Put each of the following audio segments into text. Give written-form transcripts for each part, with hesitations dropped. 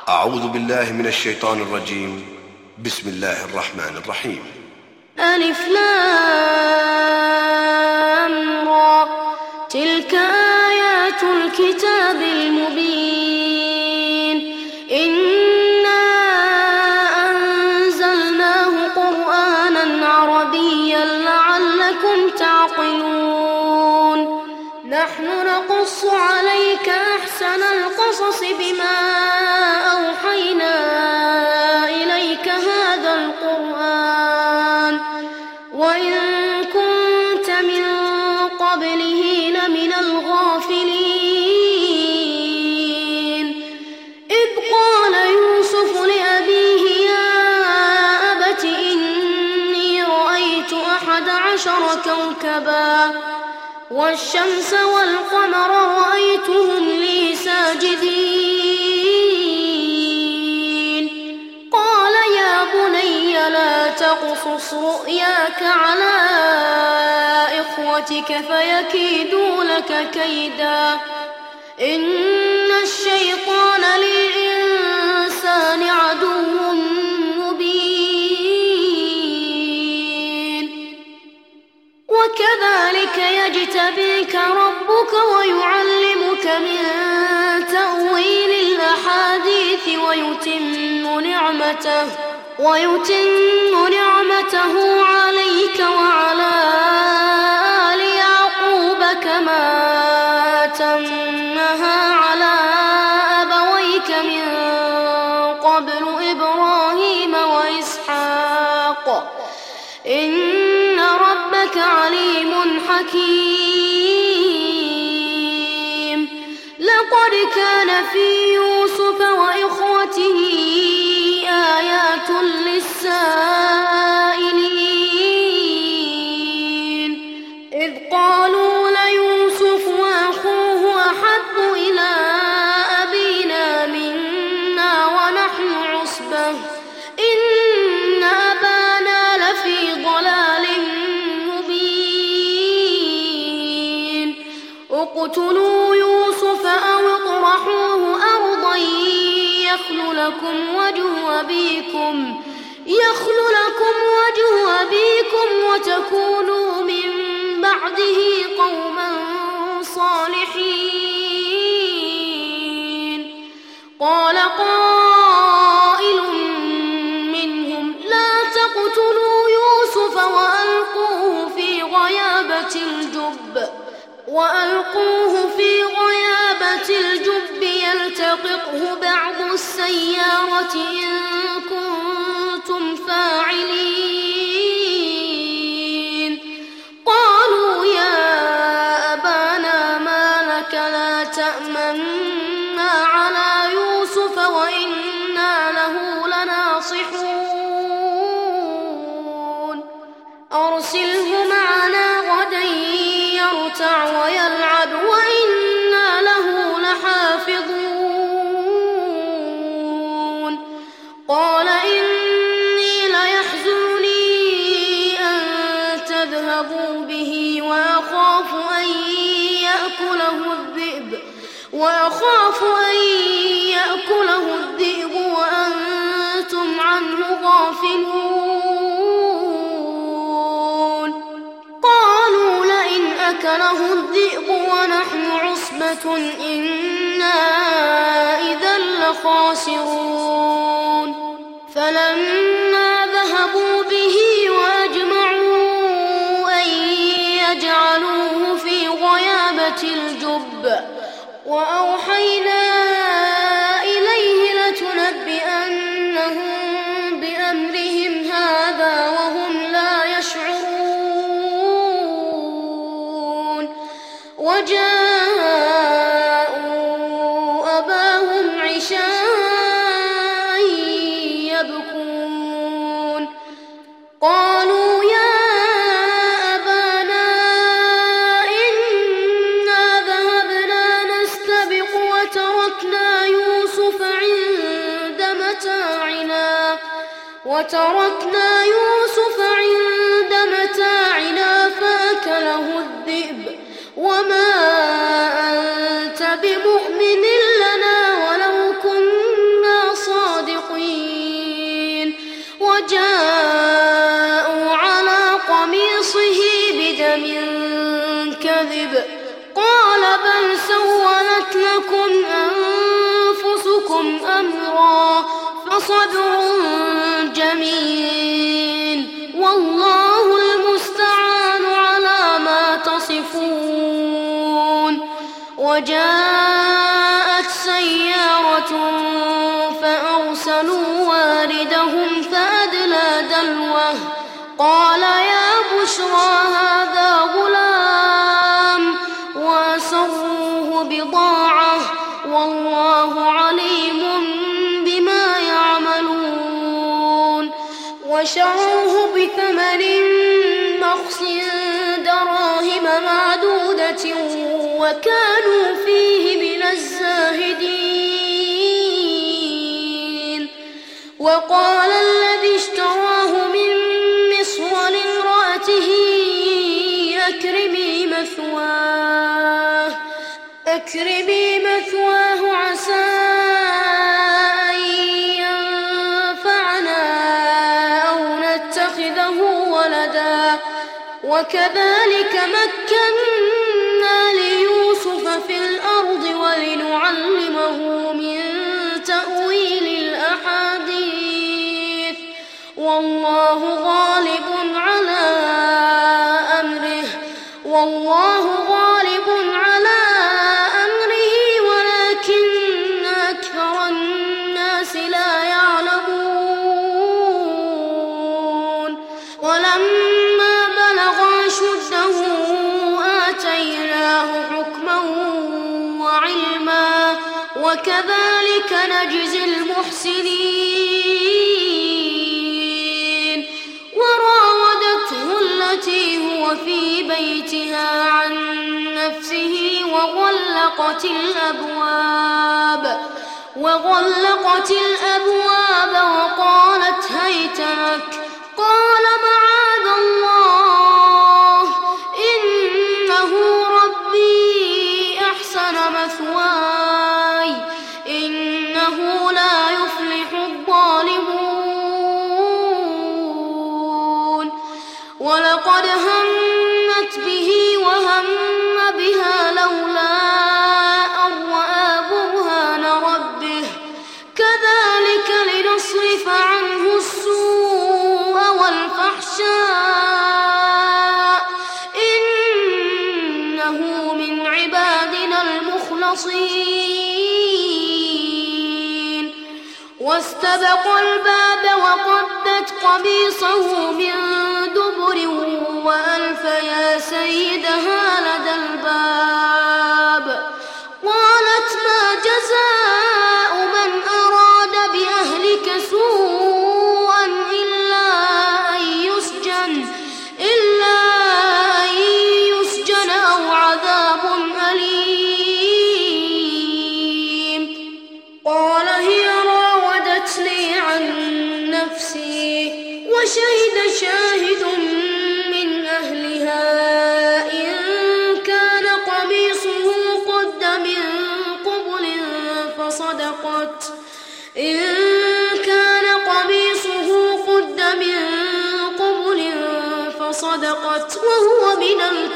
أعوذ بالله من الشيطان الرجيم. بسم الله الرحمن الرحيم. ألف لام را، تلك آيات الكتاب المبين. إنا أنزلناه قرآنا عربيا لعلكم تعقلون. نحن نقص عليك أحسن القصص بما أوحينا إليك هذا القرآن وإن كنت من قبله لمن الغافلين. إذ قال يوسف لأبيه يا أبت إني رأيت 11 كوكبا والشمس والقمر رأيتهم لي ساجدين. قال يا بني لا تقصص رؤياك على إخوتك فيكيدوا لك كيدا إن الشيطان للإنسان عدو مبين. وكذلك يجتبيك ربك ويعلمك من تأويل الأحاديث ويتم نعمته عليك وعلى آل يعقوب كما أتمها على أبويك من قبل إبراهيم وإسحاق إن ربك عليم حكيم. لقد كان في يوسف وإخوته آيات للسائلين إذ قالوا ليوسف وأخوه أحب إلى أبينا منا ونحن عصبة إن أبانا لفي ضلال مبين. اقتلوا يوسف أو اطرحوه أرضا يخل لكم وجه أبيكم وتكونوا من بعده قوما صالحين. قال قائل منهم لا تقتلوا يوسف وألقوه في غيابة الجب يلتقطه بعض السيارة إن كنتم فاعلين. قالوا يا أبانا ما لك لا تأمنا على يوسف وإنا له لناصحون. أرسله معنا غدا يرتع ويلعب وإنا له لحافظون. قال إني ليحزنني أن تذهبوا به وأخاف أن يأكله الذئب وأنتم عنه غافلون. قالوا لئن أكله الذئب ونحن عصبة إنا إذا لخاسرون. فلما ذهبوا به وأجمعوا أن يجعلوه في غيابة الجب وأوحينا إليه لتنبئنهم بأمرهم هذا وهم لا يشعرون. وجاءوا أباهم عشاء يبكون. قالوا يا أبانا إنا ذهبنا نستبق وتركنا يوسف عند متاعنا فأكله الذئب وما أنت بمؤمن لنا ولو كنا يسوقهم أمرا فصبر جميل والله المستعان على ما تصفون. وجاءت سيارة فأرسلوا واردهم فأدلى دلوه قال يا بشرى هذا غلام وأسروه بضاعة والله عليم بما يعملون. وشروه بثمن بخس دراهم معدودة وكانوا فيه من الزاهدين. وقال الذي اشتراه من مصر لامرأته أكرمي مثواه عسى أن ينفعنا أو نتخذه ولدا وكذلك مكنا ليوسف في الأرض ولنعلمه من تأويل الأحاديث والله غالب على أمره ولكن أكثر الناس لا يعلمون. ولما بلغ أشده آتيناه حكما وعلما وكذلك نجزي المحسنين. وراودته التي هو في بيتها عن نفسه وغلقت الأبواب وقالت هيت لك قال معاذ الله إنه ربي أحسن مثواي إنه لا يفلح الظالمون. ولقد همت به وهم بها لولا أن رأى برهان ربه كذلك لنصرف عنه السوء والفحشاء إنه من عبادنا المخلصين. واستبق الباب وقدت قميصه من دبر وألف يا سيدها لدى الباب قالت ما جزاء من أراد بأهلك سوءا إلا أن يسجن أو عذاب أليم. قال هي راودتني عن نفسي وشهد شاهد من أهلها إن كان قميصه قد من قبل فصدقت وهو من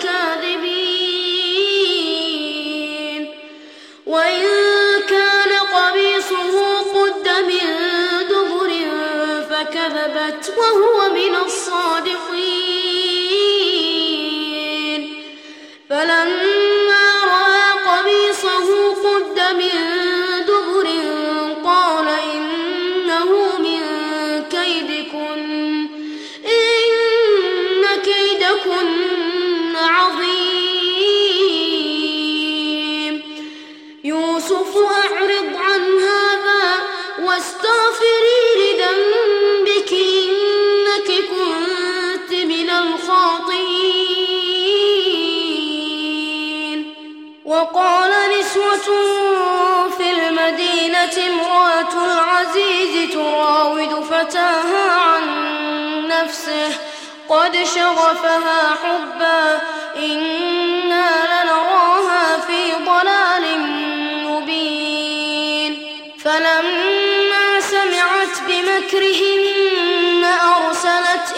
الكاذبين. وإن كان قميصه قد من دبر فكذبت وهو من الصادقين. فلما رأى قميصه قد من دبر قال إنه من كيدكن إن كيدكن عظيم. يوسف أعرض عن هذا واستغفري لذنبك إنك كنت من الخاطئين. وقال نسوة في المدينة امرأة العزيز تراود فتاها عن نفسه قد شغفها حبا إنا لنراها في ضلال مبين. فلما سمعت بمكرهن أرسلت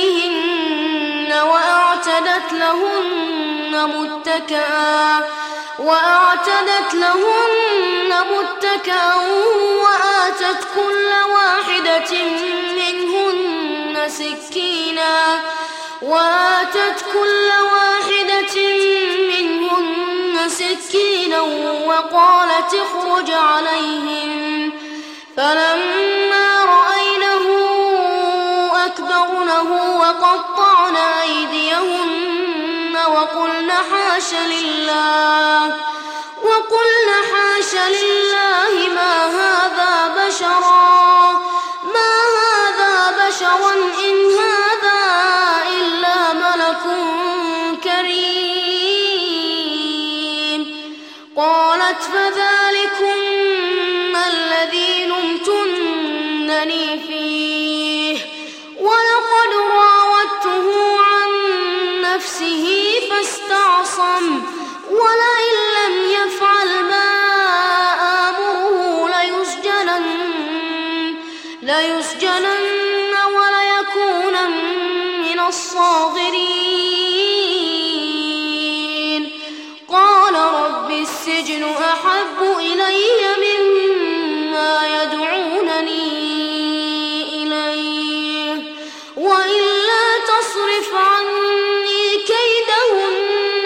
إليهن وأعتدت لهن وأعتدت لهن متكأ وآتت كل واحدة منهن سكينا وقالت اخرج عليهم. فلما رأينه أكبرنه وقطعن أيديهن وقلن حاش لله ما هذا بشرا إن هذا إلا ملك كريم. قالت فذلكن الذي لمتنني فيه ولقد راودته عن نفسه فاستعصم ولئن لم يفعل ما آمره ليسجنن وليكونن من الصاغرين. قال رب السجن أحب إلي مما يدعونني إليه وإلا تصرف عني كيدهن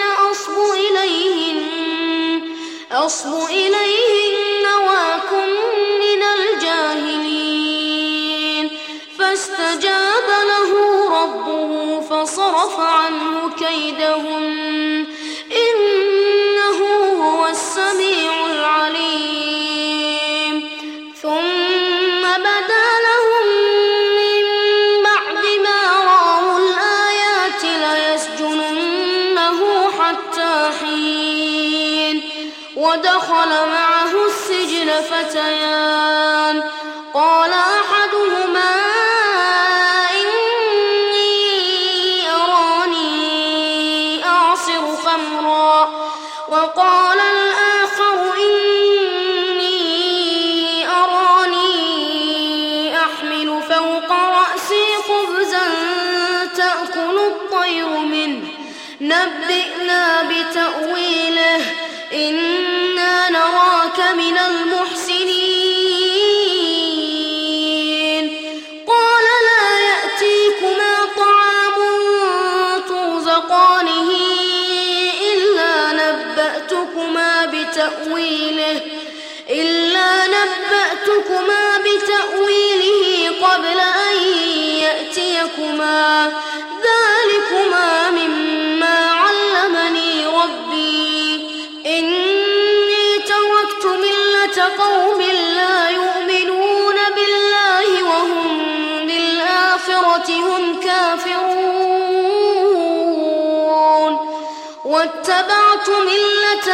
أصب إليهن وأكن من الجاهلين. فاستجاب له ربه فصرف عنه كيدهن إنه هو السميع العليم. ثم بدا لهم من بعد ما رأوا الآيات ليسجننه حتى حين. ودخل معه السجن فتيان قال أحدهما إني أراني أعصر خمرا وقال الآخر إني أراني أحمل فوق رأسي خبزا تأكل الطير منه نبئنا بتأويله إنا نراك من المحسنين. قال لا يأتيكما طعام ترزقانه إلا نبأتكما بتأويله قبل أن يأتيكما ذلكما مما علمني ربي إني تركت ملة قوم لا يؤمنون بالله وهم بالآخرة هم كافرون واتبعت ملة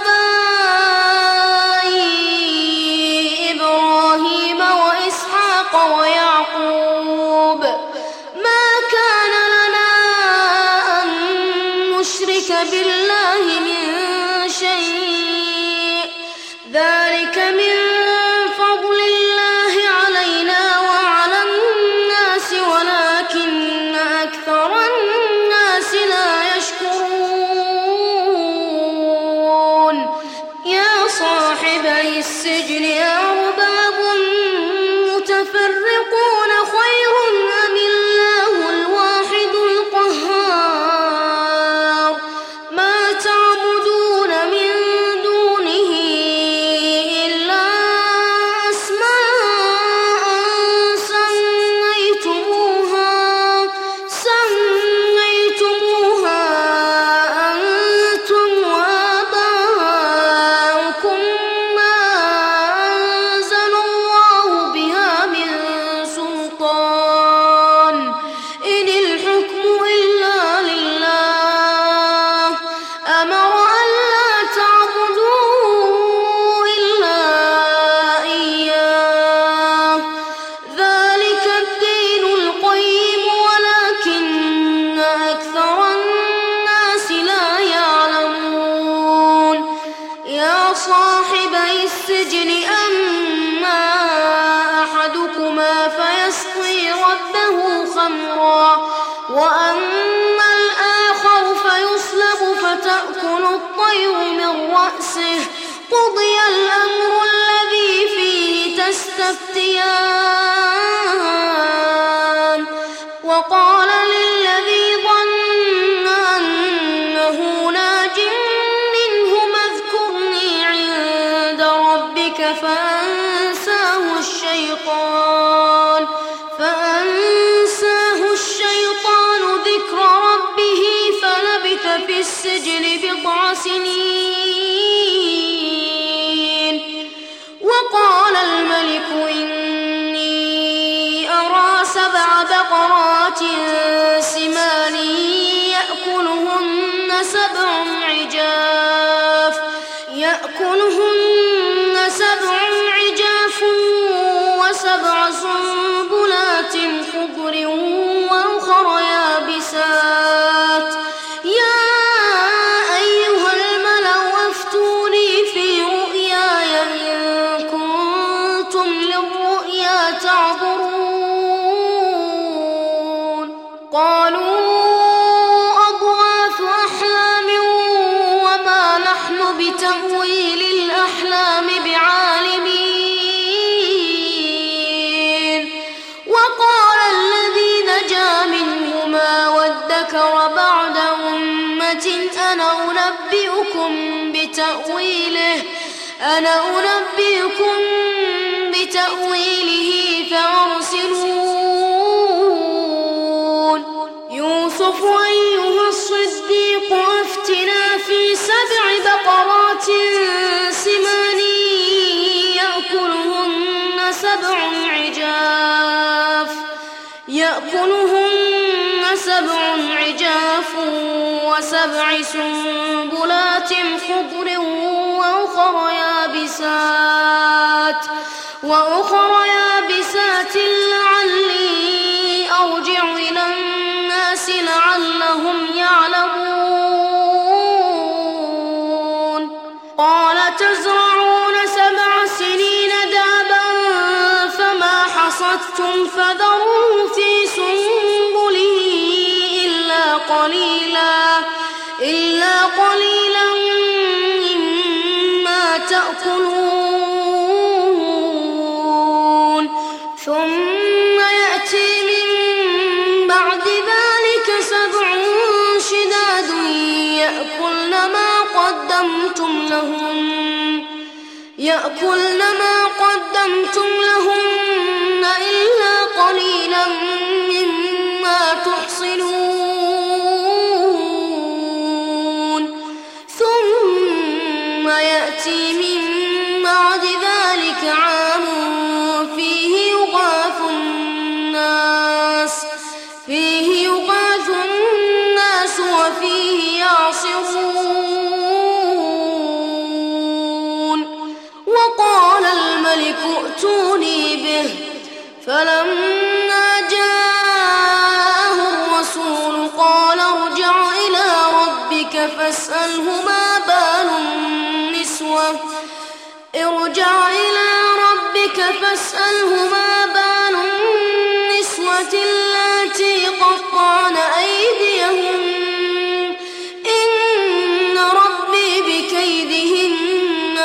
آبائي إبراهيم وإسحاق ويعقوب ما كان لنا أن نشرك بالله من شيء ذلك من فضل الله علينا وعلى الناس ولكن أكثر الناس لا يشكرون. يا صاحبي السجن أرباب متفرقون خير أم الله الواحد القهار ما تعبدون من دونه إلا أسماء سميتموها أنتم وآباؤكم ما أنزل الله بها من سلطان إن الحكم إلا لله أمر ألا تعبدوا إلا إياه ذلك الدين القيم ولكن أكثر الناس لا يعلمون. يا صاحبي السجن أما أحدكما فيسقي ربه خمرا وأما الآخر فيصلب فتأكل الطير من رأسه رأسه قضي الأمر الذي فيه تستفتيان وقال للذي ظن أنه ناج منه اذكرني عند ربك فأنساه الشيطان ذكر ربه فلبث في السجن بضع سنين وقال الملك إني أرى 7 بقرات سمان يأكلهن 7 عجاف و7 سنبلات خضر وأخر يابسات يا أيها الملأ أفتوني في رؤياي إن كنتم للرؤيا تعبرون قالوا أضغاث أحلام وما نحن بتأويل الأحلام بعالمين وقال الذي نجا منهما وادكر بعد أمة أنا أنبئكم بتأويله فأرسلون يوسف أيها الصديق أفتنا في 7 بقرات سمان يأكلهن 7 عجاف و7 سنبلات خضر وأخر يابسات لعلي أرجع إلى الناس لعلهم يعلمون قال تزرعون 7 سنين دابا فما حصدتم فذروه في سنبله إلا قليلا مما تأكلون ثم يأتي من بعد ذلك 7 شداد يأكلن ما قدمتم لهن إلا قليلا مما تحصنون ثم يأتي من بعد ذلك عام فيه يغاث الناس وفيه يعصرون وقال الملك ائتوني به فلما جاءه الرسول قال ارجع إلى ربك فاسأله ما بال النسوة اللاتي قطعن أيديهن إن ربي بكيدهن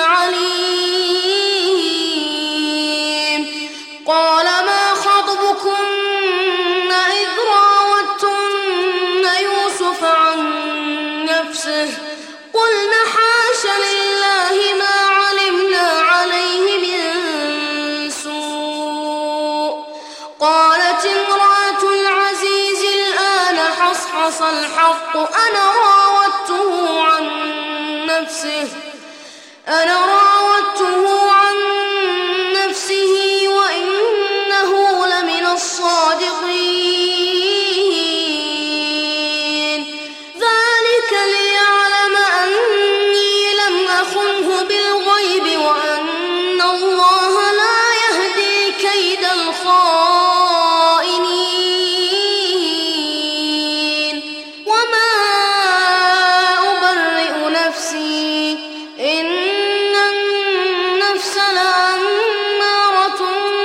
عليم قال ما خطبكن إذ راوتن يوسف عن نفسه قلن حاش لله ما علمنا عليه من سوء قالت امرأة العزيز الآن حصحص الحق أنا راودته عن نفسه وإنه لمن الصادقين ذلك ليعلم أني لم أخنه بالغيب وأن الله لا يهدي كيد الخائنين وما أبرئ نفسي إن النفس لأمارة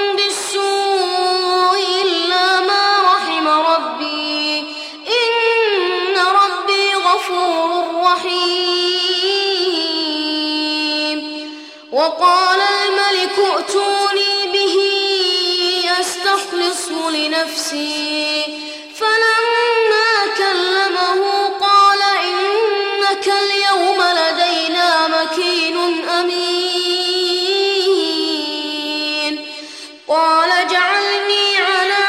بالسوء إلا ما رحم ربي إن ربي غفور رحيم وقال الملك ائتوني به أستخلصه لنفسي فلما كلمه قال إنك اليوم لدينا مكين أمين قال اجعلني على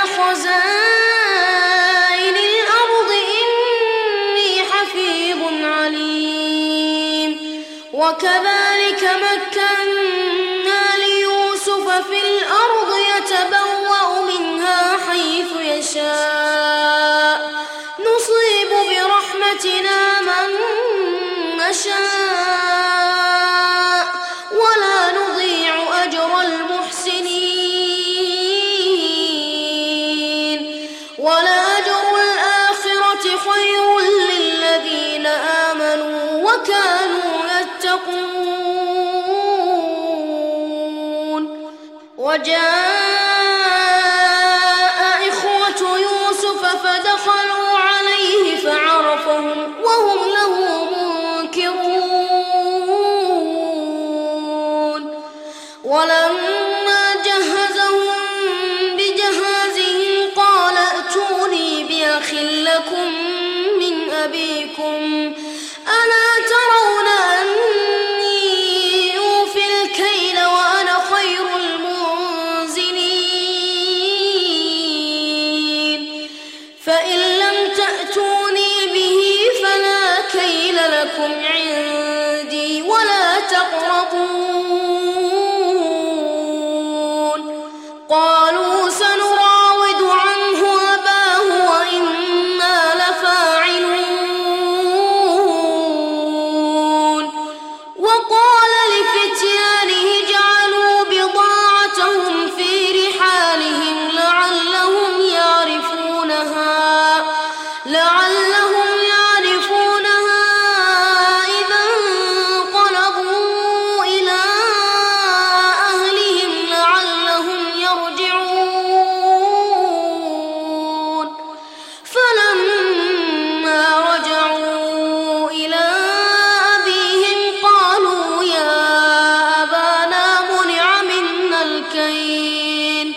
خزائن الأرض إني حفيظ عليم وكذلك مكنا ليوسف في الأرض يتبوأ منها حيث يشاء نصيب برحمتنا من نشاء ولا نضيع أجر المحسنين ولأجر الآخرة خير للذين آمنوا وكانوا يتقون وجاء إخوة يوسف فدخلوا عليه فعرفهم وهم له منكرون ولما جهزهم بجهازهم قال ائتوني بأخ لكم من أبيكم ألا ترون أني أوفي الكيل وأنا خير المنزلين فإن لم تأتوني به فلا كيل لكم عندي ولا تقربون قالوا سنراود عنه أباه وإنا لفاعلون وقال لفتيانه اجعلوا بضاعتهم في رحالهم لعلهم يعرفونها إذا انقلبوا إلى أهلهم لعلهم يرجعون فلما رجعوا إلى أبيهم قالوا يا أبانا منع منا الكيل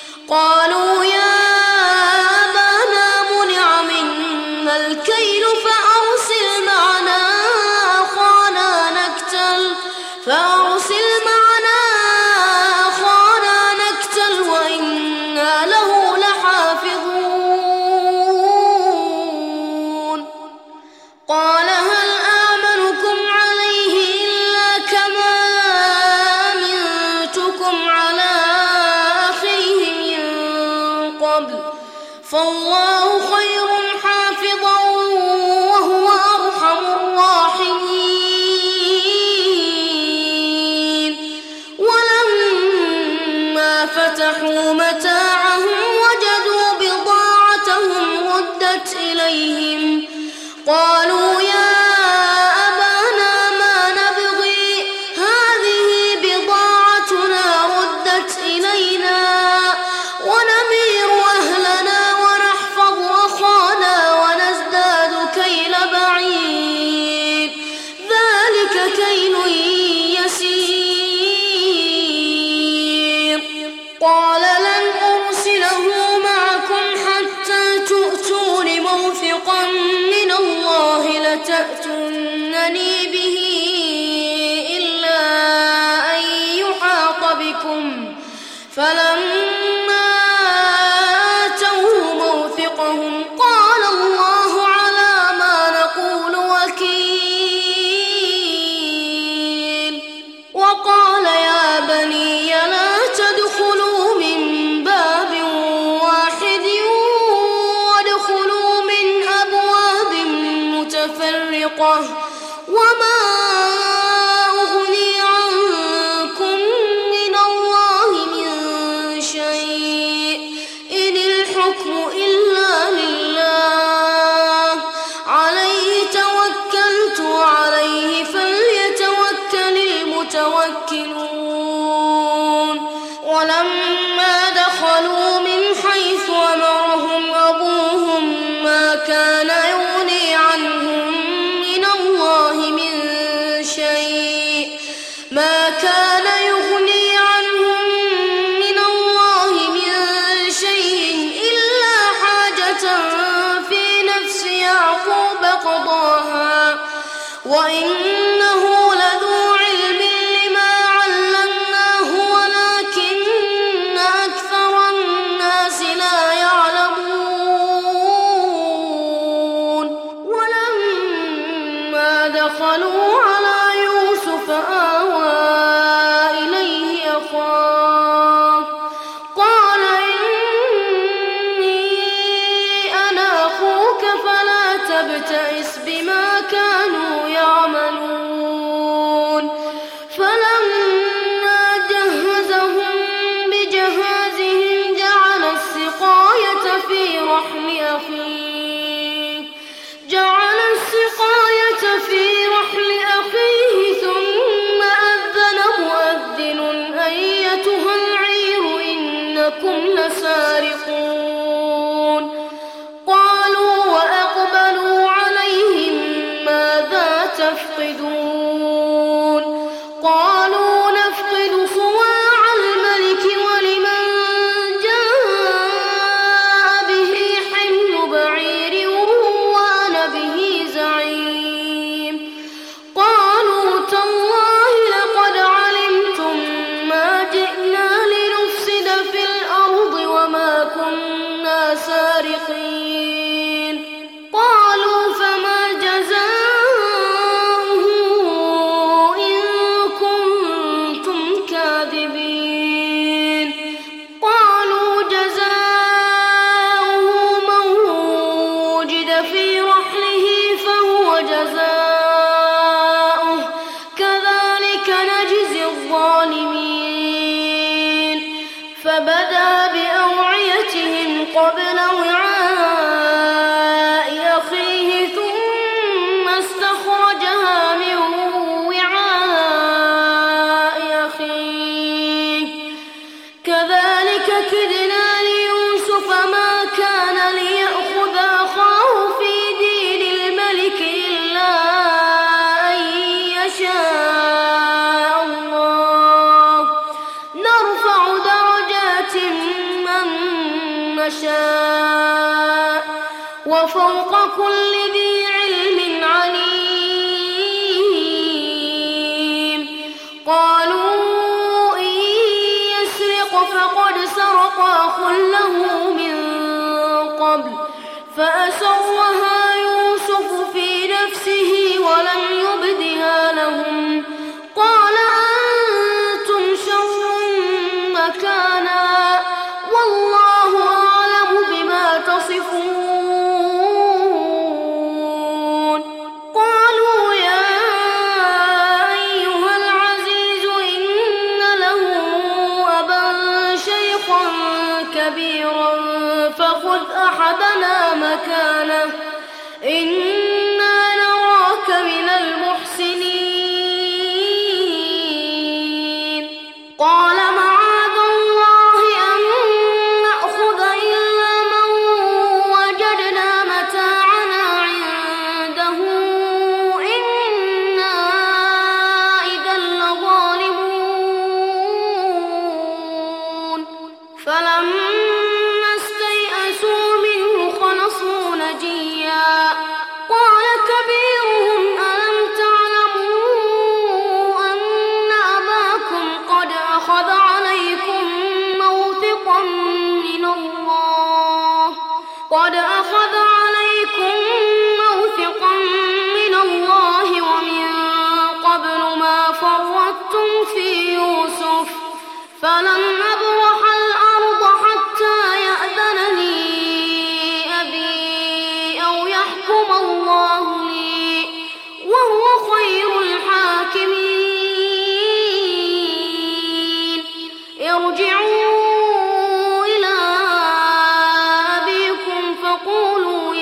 فأرسل معنا أخانا نكتل وإنا له لحافظون قال هل آمنكم عليه إلا كما أمنتكم على أخيه من قبل فالله خير حافظا وهو أرحم الراحمين ولما فتحوا متاعهم وجدوا بضاعتهم ردت إليهم قالوا يا أبانا ما نبغي هذه بضاعتنا ردت إلينا ونمير أهلنا ونحفظ أخانا ونزداد كيل بعيد ذلك كيل يسير قال لن أرسله معكم حتى تؤتون موثقا من الله لتأتونني به إلا أن يحاط بكم فلما آتوه موثقهم قال الله على ما نقول وكيل وقال يا بني لا تدخلوا من باب واحد وادخلوا من أبواب متفرقة وما أغني عنكم من الله من شيء إن الحكم إلا لله عليه توكلت وعليه فليتوكل المتوكلون ولما دخلوا من حيث أمرهم أبوهم ما كان يغني عنهم من الله من شيء ما كان وإنه لذو علم لما علمناه ولكن أكثر الناس لا يعلمون ولما دخلوا على يوسف آوى إليه أخاه قال إني أنا أخوك فلا تبتئس بما كانوا يعملون فلما جهزهم بجهازهم جعل السقاية في رحل أخيه ثم أذن مؤذن أيتها العير إنكم لسارقون قالوا وأقبلوا عليهم ماذا تفقدون قالوا نفقد صواع الملك ولمن جاء به حمل بعير وأنا به زعيم قالوا تالله لقد علمتم ما جئنا لنفسد في الأرض وما كنا سارقين قالوا فما جزاؤه إن كنتم كاذبين قالوا جزاؤه من وجد في رحله فهو جزاؤه كذلك نجزي الظالمين فبدأ بأوعيتهم قبل وعاء أخيه ثم استخرجها من وعاء أخيه كذلك كدنا ليوسف ما كان ليأخذ أخاه في دين الملك إلا أن يشاء الله نرفع درجات من نشاء وفوق كل ذي علم عليم قالوا إن يسرق فقد سرق أخ له من قبل فأسرها يوسف في نفسه ولم يبدها لهم قال أنتم شر مكانا والله أعلم بما تصفون قالوا يا أيها العزيز إن له أبا شيخا كبيرا فخذ أحدنا مكانه إنا نراك من المحسنين قال معاذ الله أن نأخذ إلا من وجدنا متاعنا عنده إنا إذا لظالمون فلما استيئسوا منه خلصوا نجيا قال كبيرهم ألم تعلموا أن أباكم قد أخذ عليكم موثقا من الله ومن قبل ما فرطتم في يوسف فلن أبرح الأرض حتى يأذن لي أبي أو يحكم الله لي وهو خير الحاكمين ارجعوا إلى أبيكم فقولوا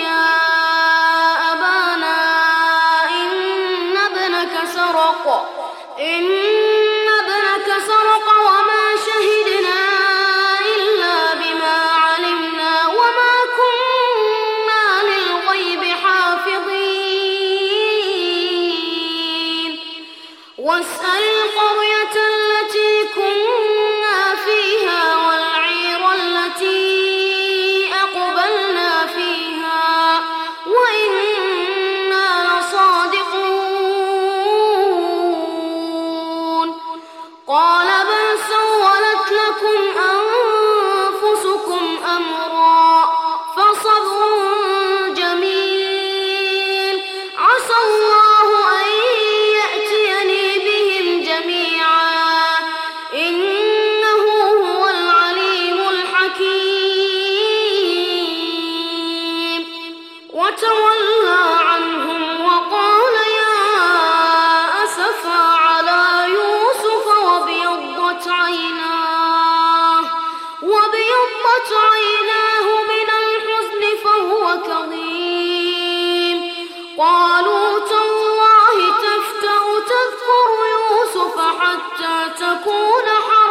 ففاضت عيناه من الحزن فهو كظيم قالوا تالله تفتأ تذكر يوسف حتى تكون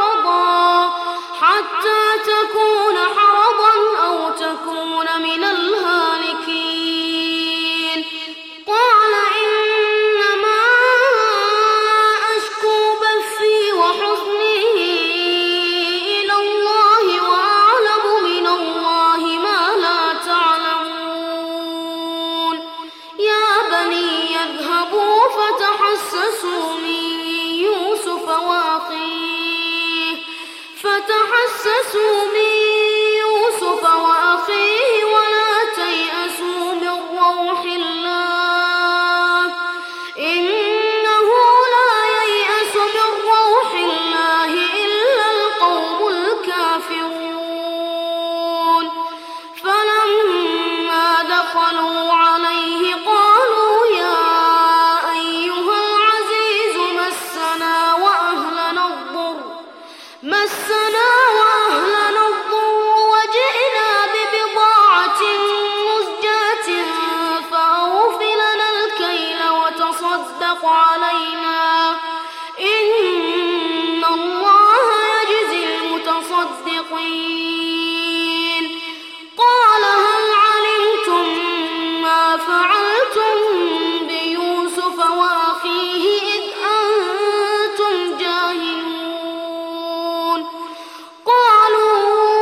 حرضا أو تكون من الهالكين قال إنما أشكو بثي وحزني إلى الله وأعلم من الله ما لا تعلمون يا بني اذهبوا فتحسسوا من يوسف وأخيه ولا تيأسوا من روح الله إنه لا ييأس من روح الله إلا القوم الكافرون فلما دخلوا عليه قالوا يا أيها العزيز مسنا وأهلنا الضر وجئنا ببضاعة مزجاة فأوف لنا الكيل وتصدق علينا إن الله يجزي المتصدقين قال هل علمتم ما فعلتم بيوسف وأخيه إذ أنتم جاهلون قالوا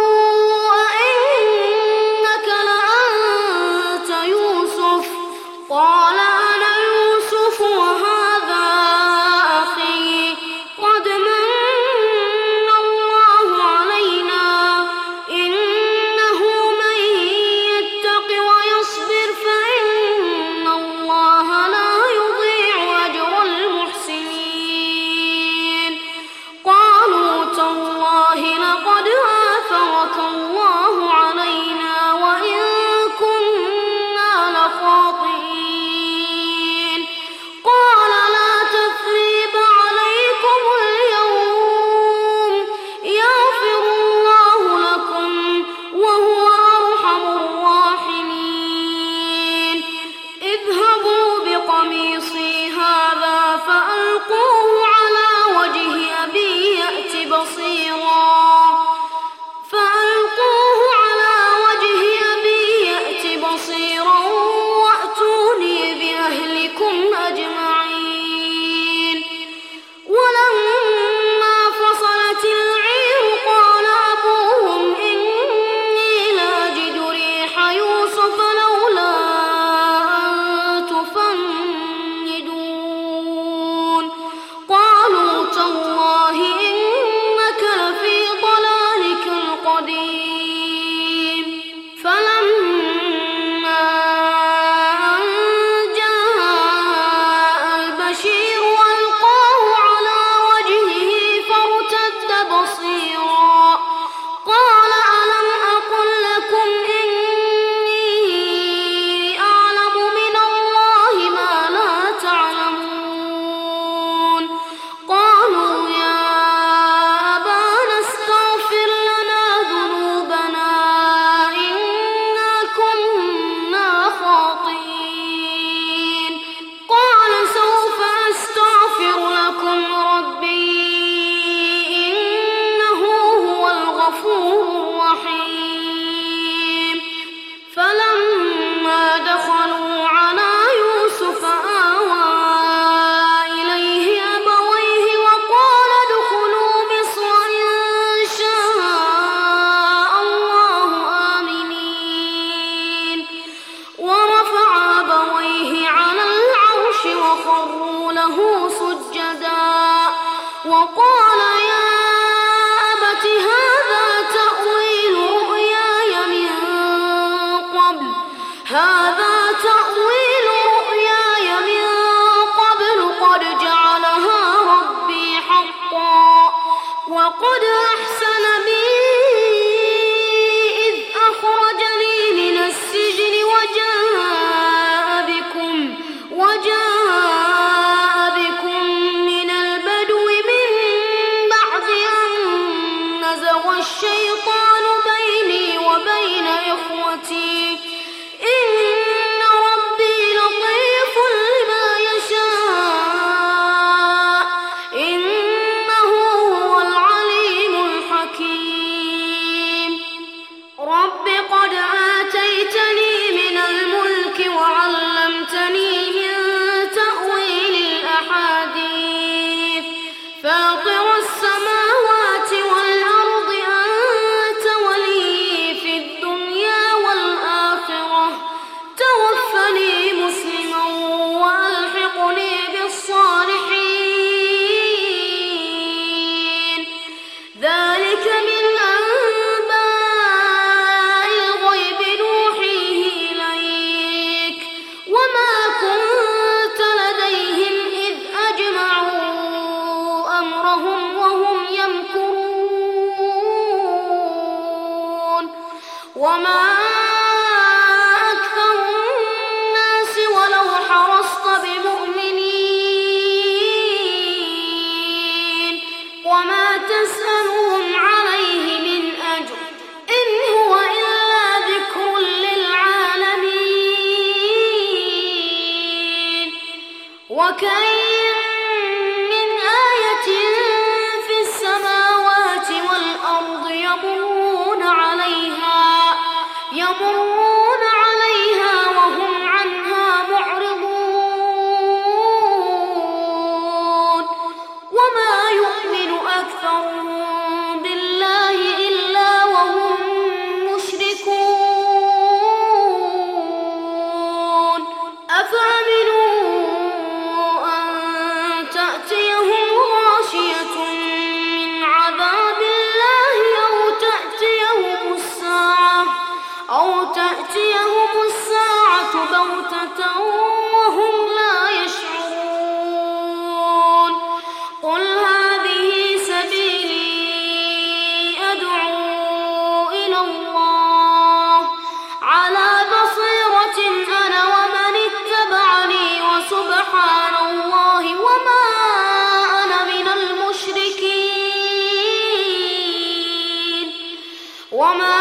أئنك لأنت يوسف قال أنا يوسف وهذا أخي قد من الله علينا إنه من يتق ويصبر فإن الله لا يضيع أجر المحسنين قالوا تالله لقد آثرك الله علينا وإن كنا لخاطئين قال لا تثريب عليكم اليوم يغفر الله لكم وهو أرحم الراحمين اذهبوا بقميصي هذا فألقوه على وجه أبي يأت بصيرا وأتوني بأهلكم أجمعين ولما فصلت العير قال أبوهم إني لأجد ريح يوسف لولا أن تفندون قالوا تالله إنك لفي ضلالك القديم فلما أن جاء البشير ألقاه على وجهه فارتد بصيرا قال ألم أقل لكم إني أعلم من الله ما لا تعلمون قالوا يا أبانا استغفر لنا ذنوبنا إنا كنا خاطئين قال سوف أستغفر لكم ربي إنه هو الغفور الرحيم فلما دخلوا على يوسف آوى إليه أبويه وقال ادخلوا مصر إن شاء الله آمنين ورفع أبويه على العرش وخروا له سجدا وقال يا أبت هذا تأويل رؤياي من قبل قد جعلها ربي حقا وقد أحسن بي إذ أخرجني من السجن وجاء بكم من البدو من بعد أن نزغ الشيطان بيني وما أكثر الناس ولو حرصت بمؤمنين وما تسألهم عليه من أجر إن هو إلا ذكر للعالمين وكأين من آية في السماوات والأرض يمرون عليها وهم عنها معرضون وما يؤمن أكثرهم بالله إلا وهم مشركون أفأمنوا أن تأتيهم غاشية من عذاب الله أو تأتيهم الساعة بغتة وهم لا يشعرون قل هذه سبيلي أدعو إلى الله على بصيرة أنا ومن اتبعني وسبحان الله وما أنا من المشركين وما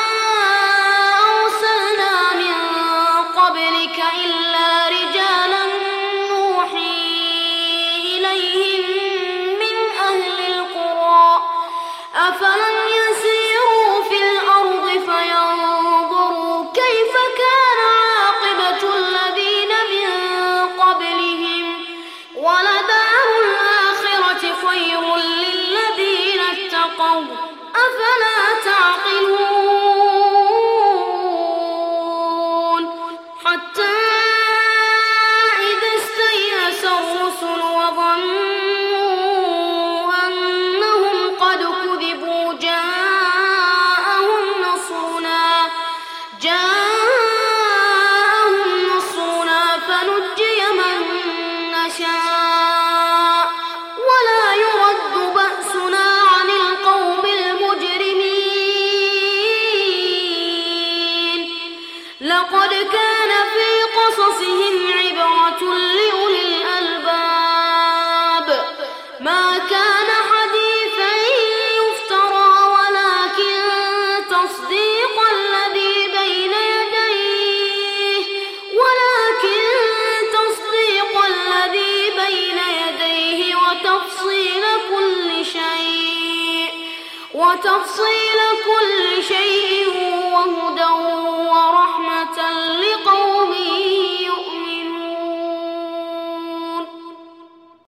إلا رجالا نوحي إليهم من أهل القرى أفلم يسيروا في الأرض فينظروا كيف كان عاقبة الذين من قبلهم ولدار الآخرة خير للذين اتقوا أفلا تعقلون حتى إذا استيأس الرسل وظنوا أنهم قد كذبوا جاءهم نصرنا فنجي من نشاء ولا يرد بأسنا عن القوم المجرمين لقد كان في قصصهم عبرة لأولي الألباب ما كان حديثا يفترى ولكن تصديق الذي بين يديه وتفصيل